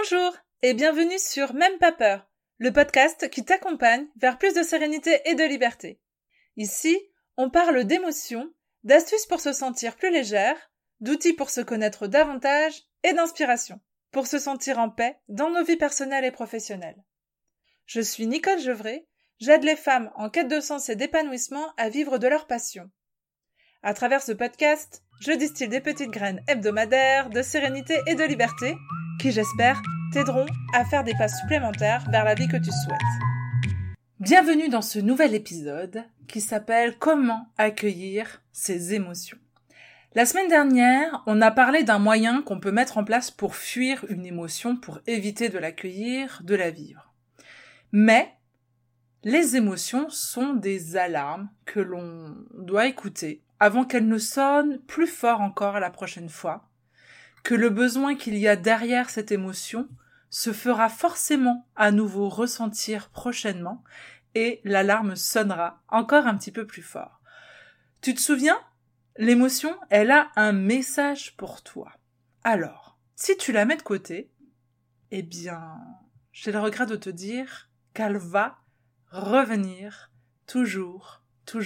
Bonjour et bienvenue sur Même pas peur, le podcast qui t'accompagne vers plus de sérénité et de liberté. Ici, on parle d'émotions, d'astuces pour se sentir plus légère, d'outils pour se connaître davantage et d'inspiration pour se sentir en paix dans nos vies personnelles et professionnelles. Je suis Nicole Gevrey, j'aide les femmes en quête de sens et d'épanouissement à vivre de leur passion. À travers ce podcast, je distille des petites graines hebdomadaires de sérénité et de liberté qui, j'espère, t'aideront à faire des pas supplémentaires vers la vie que tu souhaites. Bienvenue dans ce nouvel épisode qui s'appelle « Comment accueillir ses émotions ». La semaine dernière, on a parlé d'un moyen qu'on peut mettre en place pour fuir une émotion, pour éviter de l'accueillir, de la vivre. Mais les émotions sont des alarmes que l'on doit écouter avant qu'elles ne sonnent plus fort encore la prochaine fois, que le besoin qu'il y a derrière cette émotion se fera forcément à nouveau ressentir prochainement et l'alarme sonnera encore un petit peu plus fort. Tu te souviens ? L'émotion, elle a un message pour toi. Alors, si tu la mets de côté, eh bien, j'ai le regret de te dire qu'elle va revenir toujours,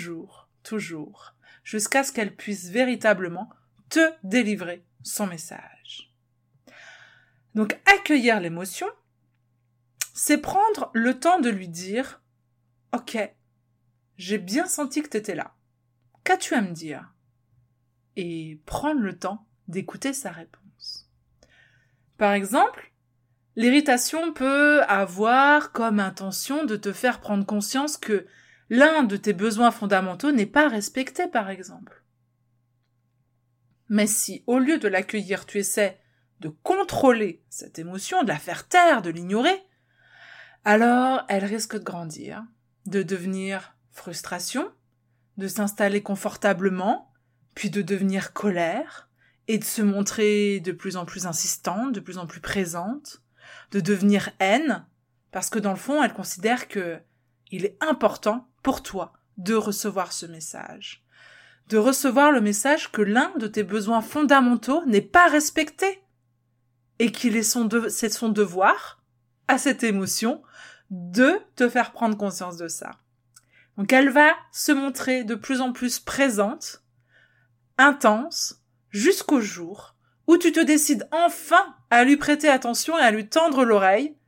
jusqu'à ce qu'elle puisse véritablement te délivrer son message. Donc, accueillir l'émotion, c'est prendre le temps de lui dire « Ok, j'ai bien senti que t'étais là. Qu'as-tu à me dire ?» Et prendre le temps d'écouter sa réponse. Par exemple, l'irritation peut avoir comme intention de te faire prendre conscience que l'un de tes besoins fondamentaux n'est pas respecté, par exemple. Mais si, au lieu de l'accueillir, tu essaies de contrôler cette émotion, de la faire taire, de l'ignorer, alors elle risque de grandir, de devenir frustration, de s'installer confortablement, puis de devenir colère, et de se montrer de plus en plus insistante, de plus en plus présente, de devenir haine, parce que dans le fond, elle considère que il est important pour toi de recevoir ce message. De recevoir le message que l'un de tes besoins fondamentaux n'est pas respecté, et c'est son devoir, à cette émotion, de te faire prendre conscience de ça. Donc elle va se montrer de plus en plus présente, intense, jusqu'au jour où tu te décides enfin à lui prêter attention et à lui tendre l'oreille,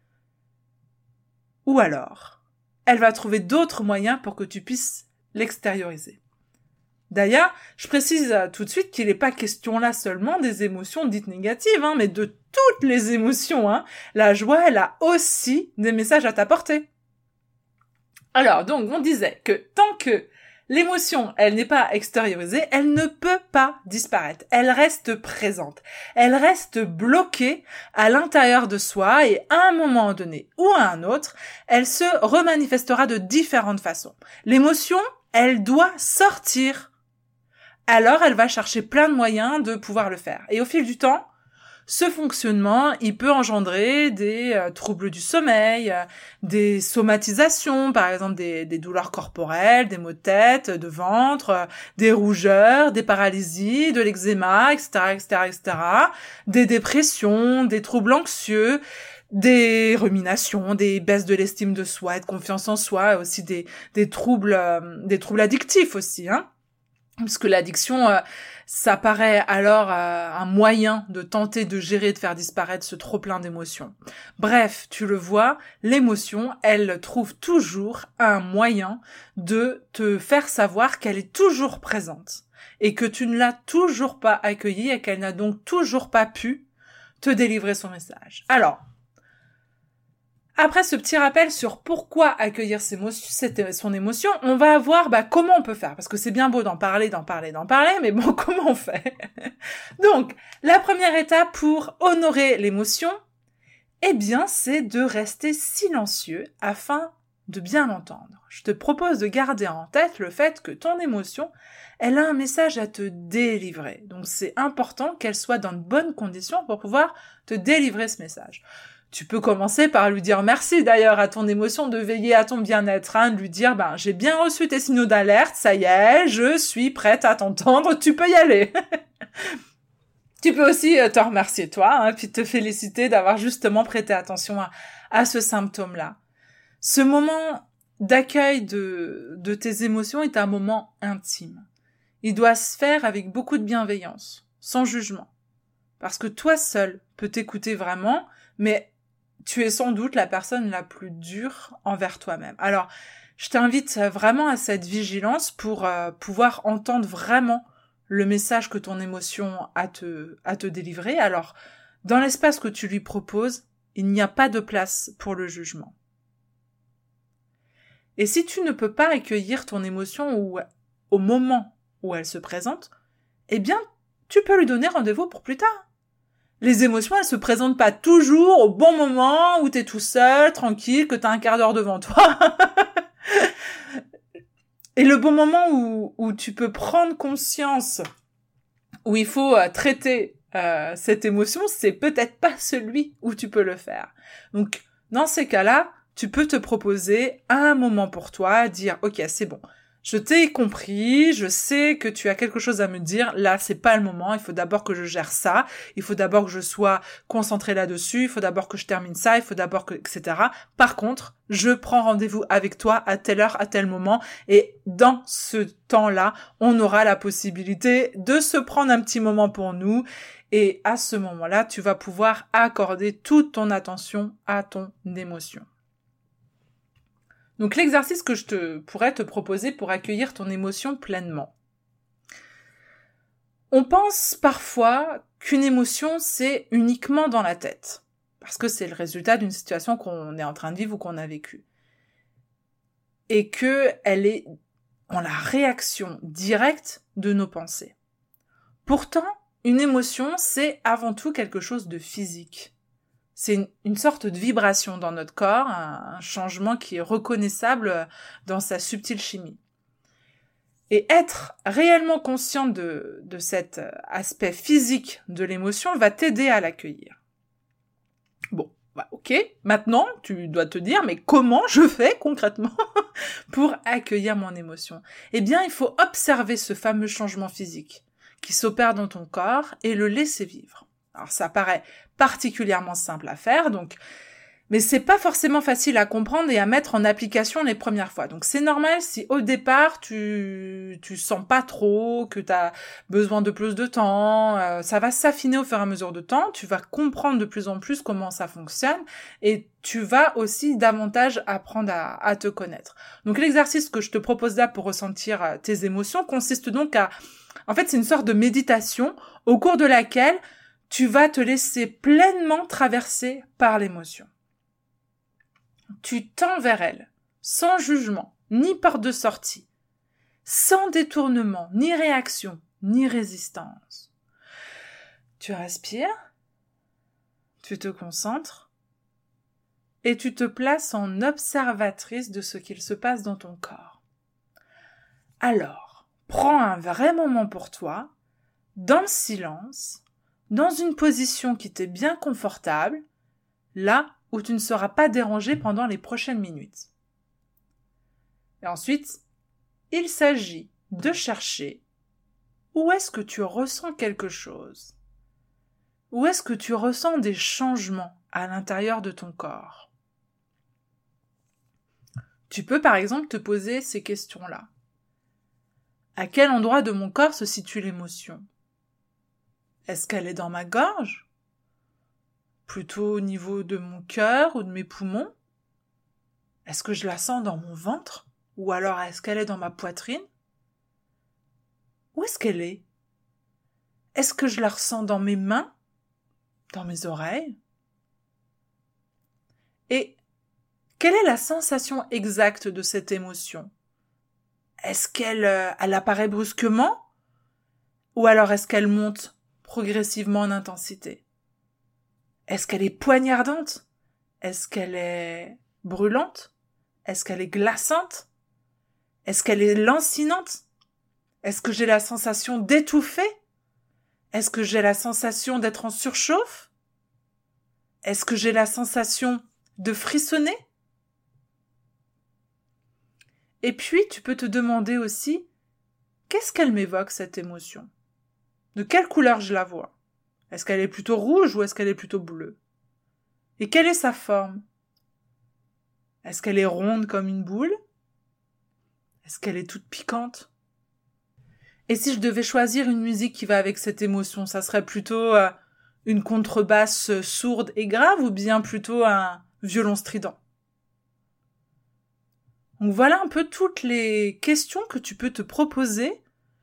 ou alors, elle va trouver d'autres moyens pour que tu puisses l'extérioriser. D'ailleurs, je précise tout de suite qu'il n'est pas question là seulement des émotions dites négatives, mais de toutes les émotions. La joie, elle a aussi des messages à t'apporter. Alors, donc, on disait que tant que l'émotion, elle n'est pas extériorisée, elle ne peut pas disparaître. Elle reste présente. Elle reste bloquée à l'intérieur de soi et à un moment donné ou à un autre, elle se remanifestera de différentes façons. L'émotion, elle doit sortir. Alors, elle va chercher plein de moyens de pouvoir le faire. Et au fil du temps, ce fonctionnement, il peut engendrer des troubles du sommeil, des somatisations, par exemple des douleurs corporelles, des maux de tête, de ventre, des rougeurs, des paralysies, de l'eczéma, etc., des dépressions, des troubles anxieux, des ruminations, des baisses de l'estime de soi et de confiance en soi, et aussi des troubles addictifs aussi, Parce que l'addiction, ça paraît alors un moyen de tenter de gérer, de faire disparaître ce trop-plein d'émotions. Bref, tu le vois, l'émotion, elle trouve toujours un moyen de te faire savoir qu'elle est toujours présente et que tu ne l'as toujours pas accueillie et qu'elle n'a donc toujours pas pu te délivrer son message. Alors, après ce petit rappel sur pourquoi accueillir son émotion, on va voir comment on peut faire. Parce que c'est bien beau d'en parler, mais bon, comment on fait ? Donc, la première étape pour honorer l'émotion, c'est de rester silencieux afin de bien l'entendre. Je te propose de garder en tête le fait que ton émotion, elle a un message à te délivrer. Donc, c'est important qu'elle soit dans de bonnes conditions pour pouvoir te délivrer ce message. Tu peux commencer par lui dire merci d'ailleurs à ton émotion, de veiller à ton bien-être, de lui dire j'ai bien reçu tes signaux d'alerte, ça y est, je suis prête à t'entendre, tu peux y aller. Tu peux aussi te remercier toi, puis te féliciter d'avoir justement prêté attention à ce symptôme-là. Ce moment d'accueil de tes émotions est un moment intime. Il doit se faire avec beaucoup de bienveillance, sans jugement. Parce que toi seul peux t'écouter vraiment, mais tu es sans doute la personne la plus dure envers toi-même. Alors, je t'invite vraiment à cette vigilance pour pouvoir entendre vraiment le message que ton émotion a te délivrer. Alors, dans l'espace que tu lui proposes, il n'y a pas de place pour le jugement. Et si tu ne peux pas accueillir ton émotion au moment où elle se présente, eh bien, tu peux lui donner rendez-vous pour plus tard. Les émotions, elles se présentent pas toujours au bon moment où t'es tout seul, tranquille, que t'as un quart d'heure devant toi. Et le bon moment où tu peux prendre conscience, où il faut traiter cette émotion, c'est peut-être pas celui où tu peux le faire. Donc, dans ces cas-là, tu peux te proposer un moment pour toi, dire « Ok, c'est bon, je t'ai compris, je sais que tu as quelque chose à me dire, là, c'est pas le moment, il faut d'abord que je gère ça, il faut d'abord que je sois concentrée là-dessus, il faut d'abord que je termine ça, il faut d'abord que... etc. Par contre, je prends rendez-vous avec toi à telle heure, à tel moment, et dans ce temps-là, on aura la possibilité de se prendre un petit moment pour nous, et à ce moment-là, tu vas pouvoir accorder toute ton attention à ton émotion. » Donc l'exercice que je pourrais te proposer pour accueillir ton émotion pleinement. On pense parfois qu'une émotion, c'est uniquement dans la tête, parce que c'est le résultat d'une situation qu'on est en train de vivre ou qu'on a vécue. Et qu'elle est en la réaction directe de nos pensées. Pourtant, une émotion, c'est avant tout quelque chose de physique. C'est une sorte de vibration dans notre corps, un changement qui est reconnaissable dans sa subtile chimie. Et être réellement conscient de cet aspect physique de l'émotion va t'aider à l'accueillir. Bon, bah ok, maintenant tu dois te dire, mais comment je fais concrètement pour accueillir mon émotion ? Eh bien, il faut observer ce fameux changement physique qui s'opère dans ton corps et le laisser vivre. Alors ça paraît particulièrement simple à faire, mais c'est pas forcément facile à comprendre et à mettre en application les premières fois. Donc c'est normal si au départ tu sens pas trop, que tu as besoin de plus de temps, ça va s'affiner au fur et à mesure de temps, tu vas comprendre de plus en plus comment ça fonctionne et tu vas aussi davantage apprendre à te connaître. Donc l'exercice que je te propose là pour ressentir tes émotions consiste donc en fait c'est une sorte de méditation au cours de laquelle tu vas te laisser pleinement traverser par l'émotion. Tu tends vers elle, sans jugement, ni porte de sortie, sans détournement, ni réaction, ni résistance. Tu respires, tu te concentres, et tu te places en observatrice de ce qu'il se passe dans ton corps. Alors, prends un vrai moment pour toi, dans le silence, dans une position qui t'est bien confortable, là où tu ne seras pas dérangé pendant les prochaines minutes. Et ensuite, il s'agit de chercher où est-ce que tu ressens quelque chose, où est-ce que tu ressens des changements à l'intérieur de ton corps. Tu peux par exemple te poser ces questions-là. À quel endroit de mon corps se situe l'émotion ? Est-ce qu'elle est dans ma gorge ? Plutôt au niveau de mon cœur ou de mes poumons ? Est-ce que je la sens dans mon ventre ? Ou alors est-ce qu'elle est dans ma poitrine ? Où est-ce qu'elle est ? Est-ce que je la ressens dans mes mains ? Dans mes oreilles ? Et quelle est la sensation exacte de cette émotion ? Est-ce qu'elle apparaît brusquement ? Ou alors est-ce qu'elle monte progressivement en intensité ? Est-ce qu'elle est poignardante ? Est-ce qu'elle est brûlante ? Est-ce qu'elle est glaçante ? Est-ce qu'elle est lancinante ? Est-ce que j'ai la sensation d'étouffer ? Est-ce que j'ai la sensation d'être en surchauffe ? Est-ce que j'ai la sensation de frissonner ? Et puis, tu peux te demander aussi, qu'est-ce qu'elle m'évoque, cette émotion ? De quelle couleur je la vois ? Est-ce qu'elle est plutôt rouge ou est-ce qu'elle est plutôt bleue? Et quelle est sa forme? Est-ce qu'elle est ronde comme une boule? Est-ce qu'elle est toute piquante? Et si je devais choisir une musique qui va avec cette émotion, ça serait plutôt une contrebasse sourde et grave ou bien plutôt un violon strident? Donc voilà un peu toutes les questions que tu peux te proposer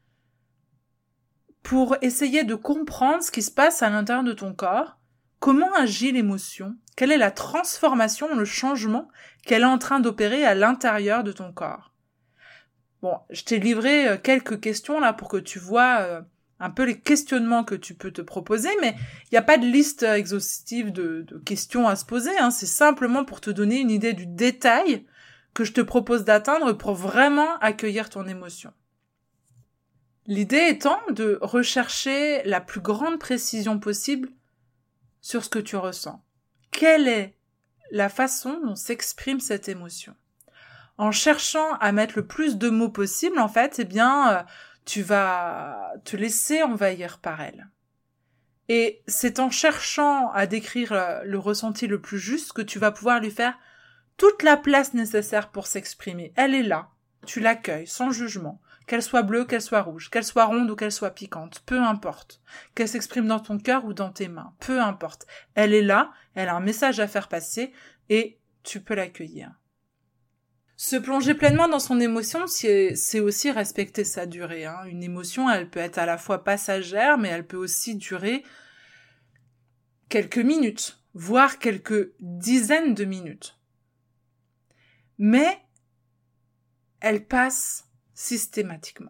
pour essayer de comprendre ce qui se passe à l'intérieur de ton corps, comment agit l'émotion, quelle est la transformation, le changement qu'elle est en train d'opérer à l'intérieur de ton corps. Bon, je t'ai livré quelques questions là pour que tu vois un peu les questionnements que tu peux te proposer, mais il n'y a pas de liste exhaustive de questions à se poser, hein. C'est simplement pour te donner une idée du détail que je te propose d'atteindre pour vraiment accueillir ton émotion. L'idée étant de rechercher la plus grande précision possible sur ce que tu ressens. Quelle est la façon dont s'exprime cette émotion? En cherchant à mettre le plus de mots possible, en fait, tu vas te laisser envahir par elle. Et c'est en cherchant à décrire le ressenti le plus juste que tu vas pouvoir lui faire toute la place nécessaire pour s'exprimer. Elle est là. Tu l'accueilles sans jugement. Qu'elle soit bleue, qu'elle soit rouge, qu'elle soit ronde ou qu'elle soit piquante, peu importe. Qu'elle s'exprime dans ton cœur ou dans tes mains, peu importe. Elle est là, elle a un message à faire passer et tu peux l'accueillir. Se plonger pleinement dans son émotion, c'est aussi respecter sa durée, hein. Une émotion, elle peut être à la fois passagère, mais elle peut aussi durer quelques minutes, voire quelques dizaines de minutes. Mais elle passe systématiquement.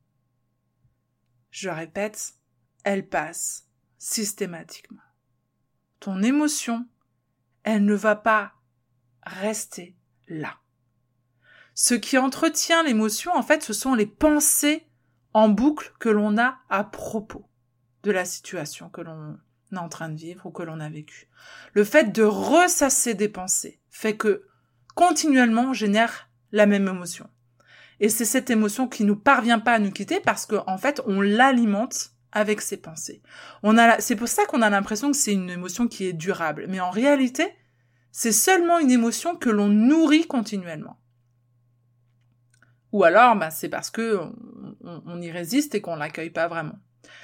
Je répète, elle passe systématiquement. Ton émotion, elle ne va pas rester là. Ce qui entretient l'émotion, en fait, ce sont les pensées en boucle que l'on a à propos de la situation que l'on est en train de vivre ou que l'on a vécue. Le fait de ressasser des pensées fait que continuellement on génère la même émotion. Et c'est cette émotion qui nous parvient pas à nous quitter parce qu'en fait, on l'alimente avec ses pensées. C'est pour ça qu'on a l'impression que c'est une émotion qui est durable. Mais en réalité, c'est seulement une émotion que l'on nourrit continuellement. Ou alors, c'est parce que on y résiste et qu'on l'accueille pas vraiment.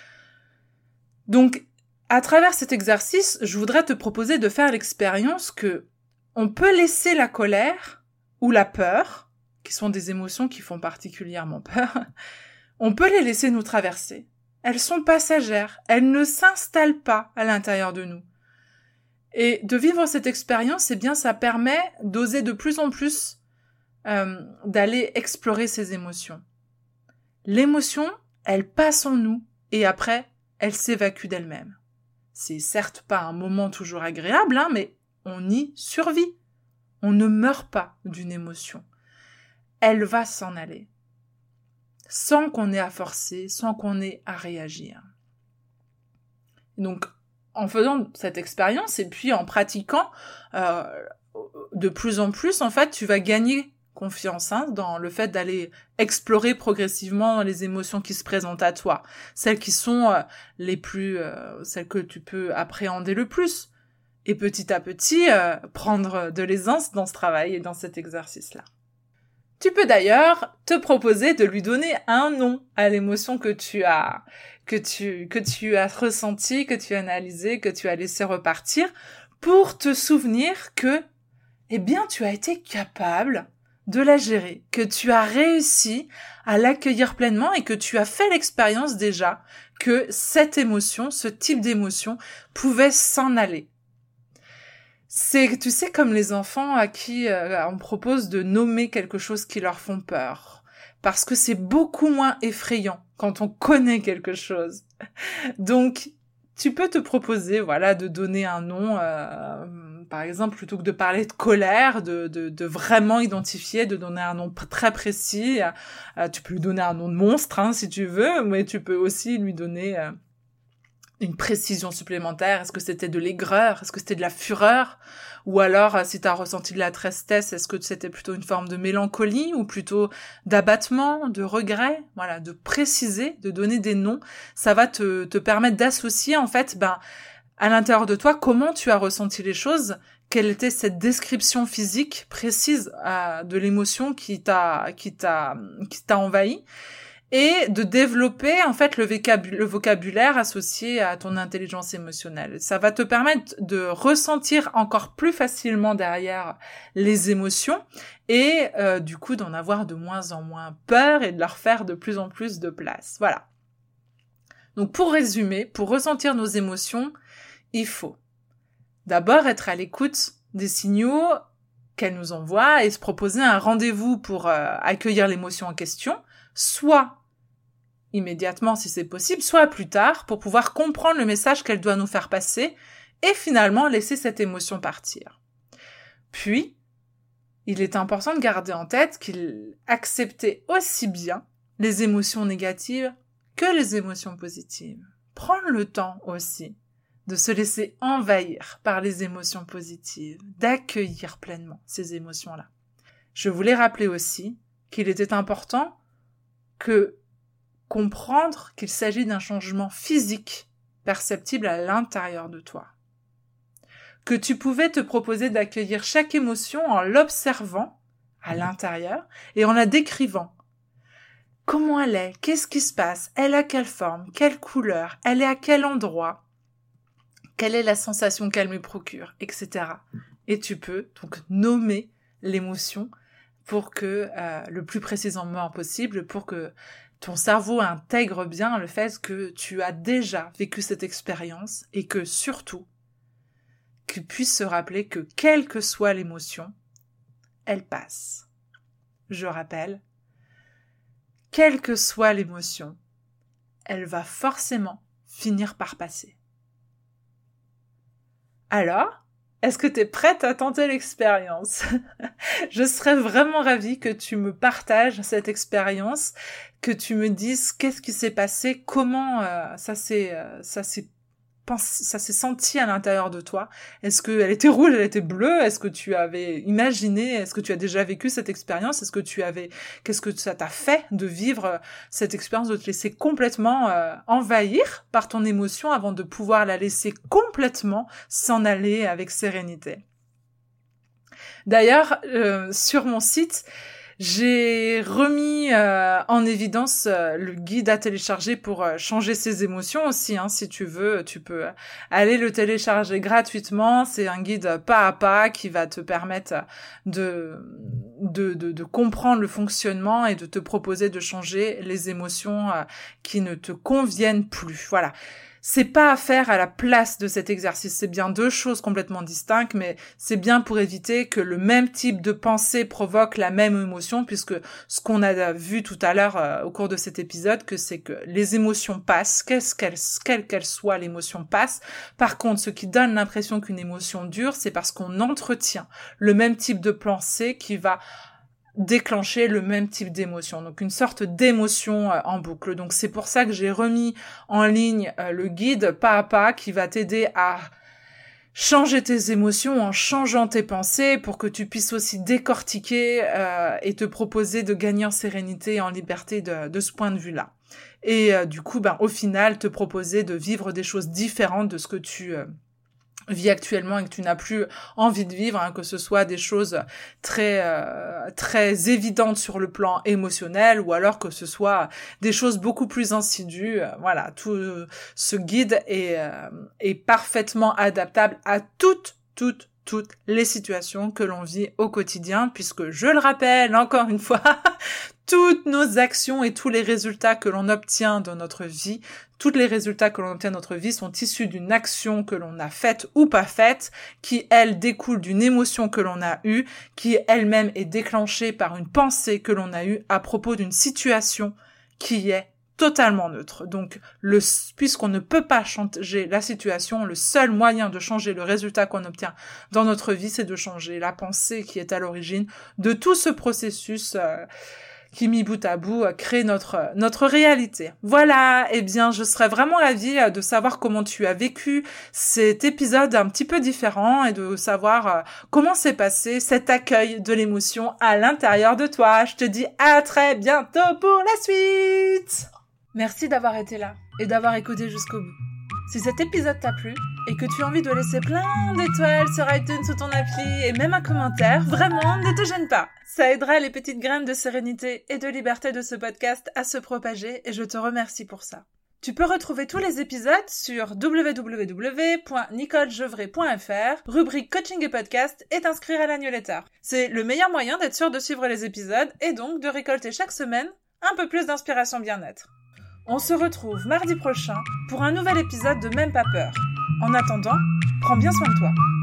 Donc, à travers cet exercice, je voudrais te proposer de faire l'expérience que on peut laisser la colère ou la peur, qui sont des émotions qui font particulièrement peur, on peut les laisser nous traverser. Elles sont passagères, elles ne s'installent pas à l'intérieur de nous. Et de vivre cette expérience, ça permet d'oser de plus en plus d'aller explorer ces émotions. L'émotion, elle passe en nous et après, elle s'évacue d'elle-même. C'est certes pas un moment toujours agréable, mais on y survit. On ne meurt pas d'une émotion. Elle va s'en aller. Sans qu'on ait à forcer, sans qu'on ait à réagir. Donc, en faisant cette expérience et puis en pratiquant de plus en plus, en fait, tu vas gagner confiance dans le fait d'aller explorer progressivement les émotions qui se présentent à toi, celles qui sont celles que tu peux appréhender le plus, et petit à petit prendre de l'aisance dans ce travail et dans cet exercice-là. Tu peux d'ailleurs te proposer de lui donner un nom à l'émotion que tu as ressenti, que tu as analysé, que tu as laissé repartir, pour te souvenir que, tu as été capable de la gérer, que tu as réussi à l'accueillir pleinement et que tu as fait l'expérience déjà que cette émotion, ce type d'émotion, pouvait s'en aller. C'est, tu sais, comme les enfants à qui on propose de nommer quelque chose qui leur font peur. Parce que c'est beaucoup moins effrayant quand on connaît quelque chose. Donc, tu peux te proposer, de donner un nom, par exemple, plutôt que de parler de colère, de vraiment identifier, de donner un nom très précis. Tu peux lui donner un nom de monstre, si tu veux, mais tu peux aussi lui donner une précision supplémentaire? Est-ce que c'était de l'aigreur? Est-ce que c'était de la fureur? Ou alors, si tu as ressenti de la tristesse, est-ce que c'était plutôt une forme de mélancolie ou plutôt d'abattement, de regret? Voilà, de préciser, de donner des noms. Ça va te permettre d'associer, en fait, à l'intérieur de toi, comment tu as ressenti les choses, quelle était cette description physique précise de l'émotion qui t'a envahi, et de développer en fait le vocabulaire associé à ton intelligence émotionnelle. Ça va te permettre de ressentir encore plus facilement derrière les émotions et du coup d'en avoir de moins en moins peur et de leur faire de plus en plus de place. Voilà. Donc pour résumer, pour ressentir nos émotions, il faut d'abord être à l'écoute des signaux qu'elles nous envoient et se proposer un rendez-vous pour accueillir l'émotion en question, soit immédiatement si c'est possible, soit plus tard pour pouvoir comprendre le message qu'elle doit nous faire passer et finalement laisser cette émotion partir. Puis, il est important de garder en tête qu'il acceptait aussi bien les émotions négatives que les émotions positives. Prendre le temps aussi de se laisser envahir par les émotions positives, d'accueillir pleinement ces émotions-là. Je voulais rappeler aussi qu'il était important que comprendre qu'il s'agit d'un changement physique perceptible à l'intérieur de toi. Que tu pouvais te proposer d'accueillir chaque émotion en l'observant à l'intérieur et en la décrivant. Comment elle est? Qu'est-ce qui se passe? Elle a quelle forme? Quelle couleur? Elle est à quel endroit? Quelle est la sensation qu'elle me procure? Etc. Et tu peux donc nommer l'émotion pour que, le plus précisément possible, pour que ton cerveau intègre bien le fait que tu as déjà vécu cette expérience et que surtout, qu'il puisse se rappeler que quelle que soit l'émotion, elle passe. Je rappelle, quelle que soit l'émotion, elle va forcément finir par passer. Alors, est-ce que tu es prête à tenter l'expérience? Je serais vraiment ravie que tu me partages cette expérience, que tu me dises qu'est-ce qui s'est passé, comment ça s'est senti à l'intérieur de toi. Est-ce qu'elle était rouge, elle était bleue? Est-ce que tu avais imaginé? Est-ce que tu as déjà vécu cette expérience? Qu'est-ce que ça t'a fait de vivre cette expérience, de te laisser complètement envahir par ton émotion avant de pouvoir la laisser complètement s'en aller avec sérénité? D'ailleurs, sur mon site, j'ai remis en évidence le guide à télécharger pour changer ses émotions aussi. Si tu veux, tu peux aller le télécharger gratuitement. C'est un guide pas à pas qui va te permettre de comprendre le fonctionnement et de te proposer de changer les émotions qui ne te conviennent plus. Voilà. C'est pas à faire à la place de cet exercice, c'est bien deux choses complètement distinctes, mais c'est bien pour éviter que le même type de pensée provoque la même émotion, puisque ce qu'on a vu tout à l'heure au cours de cet épisode, que c'est que les émotions passent, quelle qu'elle soit, l'émotion passe. Par contre, ce qui donne l'impression qu'une émotion dure, c'est parce qu'on entretient le même type de pensée qui va déclencher le même type d'émotion, donc une sorte d'émotion en boucle. Donc c'est pour ça que j'ai remis en ligne le guide pas à pas qui va t'aider à changer tes émotions en changeant tes pensées pour que tu puisses aussi décortiquer et te proposer de gagner en sérénité et en liberté de ce point de vue-là. Et du coup, au final, te proposer de vivre des choses différentes de ce que tu vis actuellement et que tu n'as plus envie de vivre, que ce soit des choses très très évidentes sur le plan émotionnel ou alors que ce soit des choses beaucoup plus insidieuses. Voilà, tout ce guide est parfaitement adaptable à toutes les situations que l'on vit au quotidien, puisque, je le rappelle encore une fois, toutes nos actions et tous les résultats que l'on obtient dans notre vie, tous les résultats que l'on obtient dans notre vie sont issus d'une action que l'on a faite ou pas faite, qui, elle, découle d'une émotion que l'on a eue, qui elle-même est déclenchée par une pensée que l'on a eue à propos d'une situation qui est totalement neutre. Donc, puisqu'on ne peut pas changer la situation, le seul moyen de changer le résultat qu'on obtient dans notre vie, c'est de changer la pensée qui est à l'origine de tout ce processus qui, mis bout à bout, crée notre réalité. Voilà, eh bien, je serais vraiment ravie de savoir comment tu as vécu cet épisode un petit peu différent et de savoir comment s'est passé cet accueil de l'émotion à l'intérieur de toi. Je te dis à très bientôt pour la suite. Merci d'avoir été là et d'avoir écouté jusqu'au bout. Si cet épisode t'a plu et que tu as envie de laisser plein d'étoiles sur iTunes sous ton appli et même un commentaire, vraiment, ne te gêne pas. Ça aidera les petites graines de sérénité et de liberté de ce podcast à se propager et je te remercie pour ça. Tu peux retrouver tous les épisodes sur www.nicolejevray.fr, rubrique coaching et podcast et t'inscrire à la newsletter. C'est le meilleur moyen d'être sûr de suivre les épisodes et donc de récolter chaque semaine un peu plus d'inspiration bien-être. On se retrouve mardi prochain pour un nouvel épisode de Même pas peur. En attendant, prends bien soin de toi.